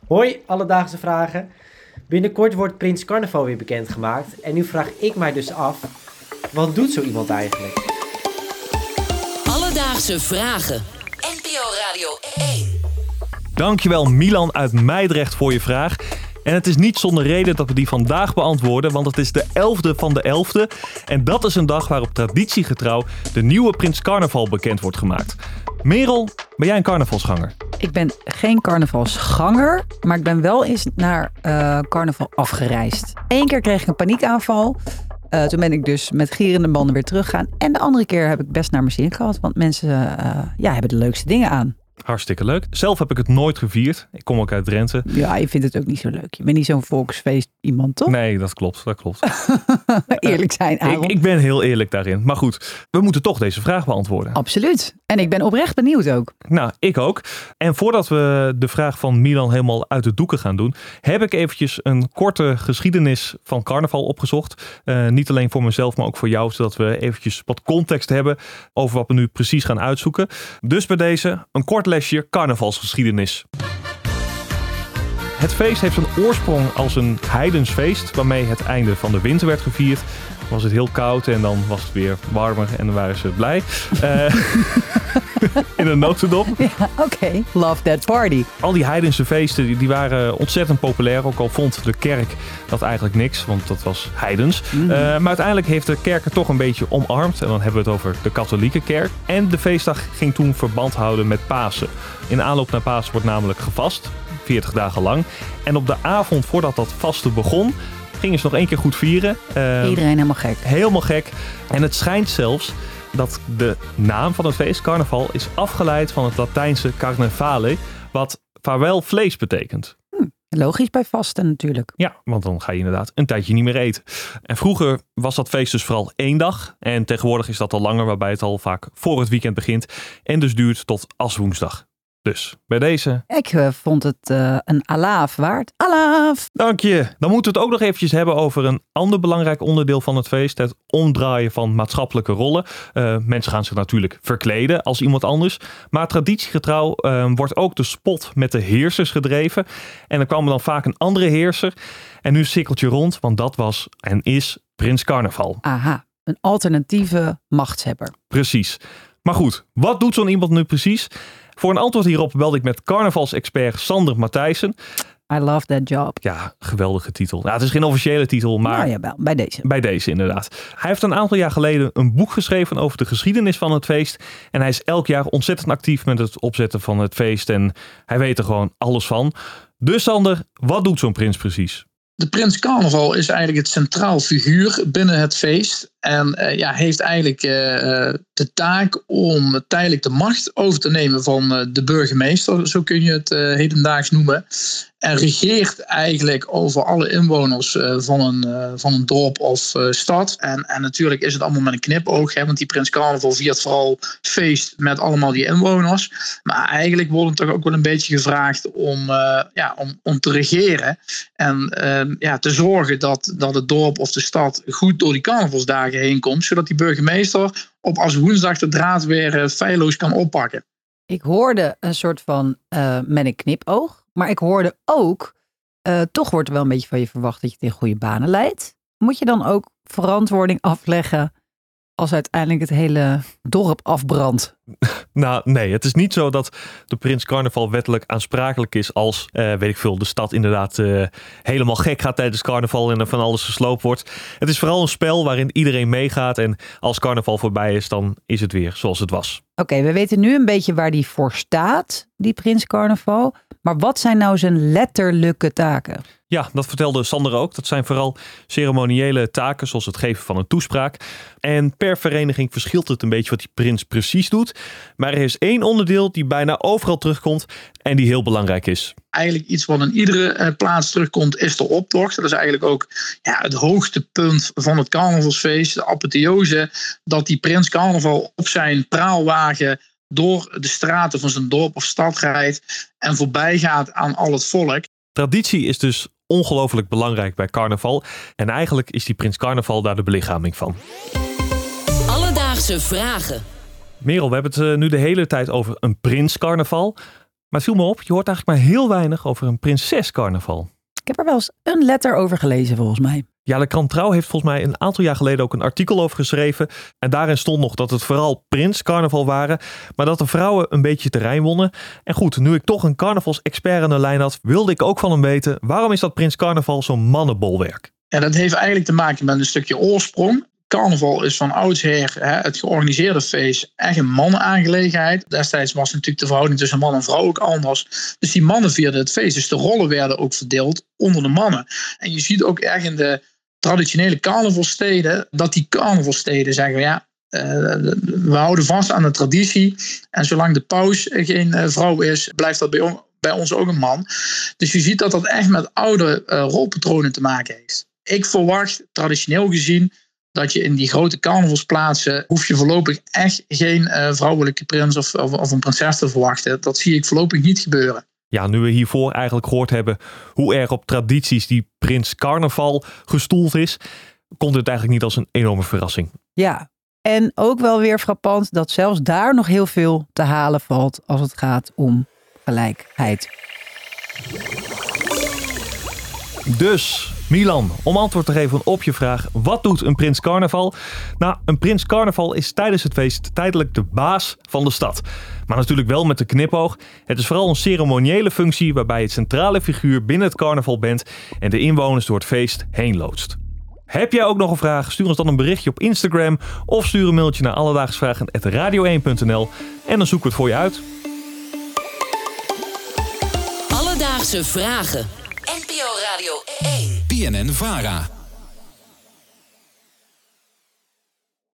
Hoi, Alledaagse Vragen. Binnenkort wordt Prins Carnaval weer bekendgemaakt. En nu vraag ik mij dus af, wat doet zo iemand eigenlijk? Alledaagse Vragen. NPO Radio 1. Dankjewel Milan uit Meidrecht voor je vraag. En het is niet zonder reden dat we die vandaag beantwoorden, want het is de 11e van de 11e. En dat is een dag waarop traditiegetrouw de nieuwe Prins Carnaval bekend wordt gemaakt. Merel, ben jij een carnavalsganger? Ik ben geen carnavalsganger, maar ik ben wel eens naar carnaval afgereisd. Eén keer kreeg ik een paniekaanval. Toen ben ik dus met gierende banden weer teruggegaan. En de andere keer heb ik best naar mijn zin gehad, want mensen hebben de leukste dingen aan. Hartstikke leuk. Zelf heb ik het nooit gevierd. Ik kom ook uit Drenthe. Ja, je vindt het ook niet zo leuk. Je bent niet zo'n volksfeest iemand, toch? Nee, dat klopt. Eerlijk zijn, Aaron. Ik ben heel eerlijk daarin. Maar goed, we moeten toch deze vraag beantwoorden. Absoluut. En ik ben oprecht benieuwd ook. Nou, ik ook. En voordat we de vraag van Milan helemaal uit de doeken gaan doen, heb ik eventjes een korte geschiedenis van carnaval opgezocht. Niet alleen voor mezelf, maar ook voor jou, zodat we eventjes wat context hebben over wat we nu precies gaan uitzoeken. Dus bij deze een kort lesje carnavalsgeschiedenis. Het feest heeft zijn oorsprong als een heidens feest waarmee het einde van de winter werd gevierd. Was het heel koud en dan was het weer warmer en dan waren ze blij. In een notendop. Ja, oké. Love that party. Al die heidense feesten die waren ontzettend populair. Ook al vond de kerk dat eigenlijk niks, want dat was heidens. Maar uiteindelijk heeft de kerk het toch een beetje omarmd. En dan hebben we het over de katholieke kerk. En de feestdag ging toen verband houden met Pasen. In aanloop naar Pasen wordt namelijk gevast. 40 dagen lang. En op de avond voordat dat vasten begon, gingen ze nog 1 keer goed vieren. Iedereen helemaal gek. Helemaal gek. En het schijnt zelfs dat de naam van het feest, carnaval, is afgeleid van het Latijnse carnevale, wat vaarwel vlees betekent. Logisch bij vasten natuurlijk. Ja, want dan ga je inderdaad een tijdje niet meer eten. En vroeger was dat feest dus vooral 1 dag. En tegenwoordig is dat al langer, waarbij het al vaak voor het weekend begint. En dus duurt tot Aswoensdag. Dus bij deze. Ik vond het een alaaf waard. Alaaf! Dank je. Dan moeten we het ook nog eventjes hebben over een ander belangrijk onderdeel van het feest. Het omdraaien van maatschappelijke rollen. Mensen gaan zich natuurlijk verkleden als iemand anders. Maar traditiegetrouw wordt ook de spot met de heersers gedreven. En dan kwam er dan vaak een andere heerser. En nu cirkeltje rond, want dat was en is Prins Carnaval. Aha, een alternatieve machtshebber. Precies. Maar goed, wat doet zo'n iemand nu precies? Voor een antwoord hierop belde ik met carnavalsexpert Sander Matthijssen. I love that job. Ja, geweldige titel. Nou, het is geen officiële titel, maar nou ja, wel, bij deze. Bij deze inderdaad. Hij heeft een aantal jaar geleden een boek geschreven over de geschiedenis van het feest. En hij is elk jaar ontzettend actief met het opzetten van het feest. En hij weet er gewoon alles van. Dus Sander, wat doet zo'n prins precies? De Prins Carnaval is eigenlijk het centraal figuur binnen het feest. En heeft eigenlijk de taak om tijdelijk de macht over te nemen van de burgemeester. Zo kun je het hedendaags noemen. En regeert eigenlijk over alle inwoners van een dorp of stad. En natuurlijk is het allemaal met een knipoog. Hè, want die Prins Carnaval viert vooral feest met allemaal die inwoners. Maar eigenlijk wordt het toch ook wel een beetje gevraagd om te regeren. En te zorgen dat het dorp of de stad goed door die carnavalsdagen heen komt. Zodat die burgemeester op Aswoensdag de draad weer feilloos kan oppakken. Ik hoorde een soort van met een knipoog. Maar ik hoorde ook, toch wordt er wel een beetje van je verwacht dat je het in goede banen leidt. Moet je dan ook verantwoording afleggen als uiteindelijk het hele dorp afbrandt? Nou, nee, het is niet zo dat de Prins Carnaval wettelijk aansprakelijk is als, de stad inderdaad helemaal gek gaat tijdens carnaval en er van alles gesloopt wordt. Het is vooral een spel waarin iedereen meegaat en als carnaval voorbij is, dan is het weer zoals het was. Oké, we weten nu een beetje waar die voor staat, die Prins Carnaval. Maar wat zijn nou zijn letterlijke taken? Ja, dat vertelde Sander ook. Dat zijn vooral ceremoniële taken, zoals het geven van een toespraak. En per vereniging verschilt het een beetje wat die prins precies doet. Maar er is 1 onderdeel die bijna overal terugkomt en die heel belangrijk is. Eigenlijk iets wat in iedere plaats terugkomt is de optocht. Dat is eigenlijk ook het hoogtepunt van het carnavalsfeest. De apotheose dat die Prins Carnaval op zijn praalwagen door de straten van zijn dorp of stad rijdt en voorbij gaat aan al het volk. Traditie is dus ongelooflijk belangrijk bij carnaval. En eigenlijk is die Prins Carnaval daar de belichaming van. Alledaagse Vragen. Merel, we hebben het nu de hele tijd over een Prins Carnaval. Maar het viel me op, je hoort eigenlijk maar heel weinig over een prinsescarnaval. Ik heb er wel eens een letter over gelezen volgens mij. Ja, de krant Trouw heeft volgens mij een aantal jaar geleden ook een artikel over geschreven. En daarin stond nog dat het vooral prinscarnaval waren, maar dat de vrouwen een beetje terrein wonnen. En goed, nu ik toch een carnavalsexpert aan de lijn had, wilde ik ook van hem weten, waarom is dat prinscarnaval zo'n mannenbolwerk? Ja, dat heeft eigenlijk te maken met een stukje oorsprong. Carnaval is van oudsher het georganiseerde feest echt een mannenaangelegenheid. Destijds was natuurlijk de verhouding tussen man en vrouw ook anders. Dus die mannen vierden het feest. Dus de rollen werden ook verdeeld onder de mannen. En je ziet ook echt in de traditionele carnavalsteden dat die carnavalsteden zeggen, we houden vast aan de traditie. En zolang de paus geen vrouw is, blijft dat bij ons ook een man. Dus je ziet dat dat echt met oude rolpatronen te maken heeft. Ik verwacht traditioneel gezien dat je in die grote carnavalsplaatsen hoef je voorlopig echt geen vrouwelijke prins of een prinses te verwachten. Dat zie ik voorlopig niet gebeuren. Ja, nu we hiervoor eigenlijk gehoord hebben hoe erg op tradities die prinscarnaval gestoeld is, komt het eigenlijk niet als een enorme verrassing. Ja, en ook wel weer frappant dat zelfs daar nog heel veel te halen valt als het gaat om gelijkheid. Dus, Milan, om antwoord te geven op je vraag, wat doet een prinscarnaval? Nou, een prinscarnaval is tijdens het feest tijdelijk de baas van de stad. Maar natuurlijk wel met de knipoog. Het is vooral een ceremoniële functie waarbij het centrale figuur binnen het carnaval bent en de inwoners door het feest heen loodst. Heb jij ook nog een vraag? Stuur ons dan een berichtje op Instagram of stuur een mailtje naar alledaagsvragen@radio1.nl en dan zoeken we het voor je uit. Alledaagse vragen. NPO Radio 1. BNN-VARA.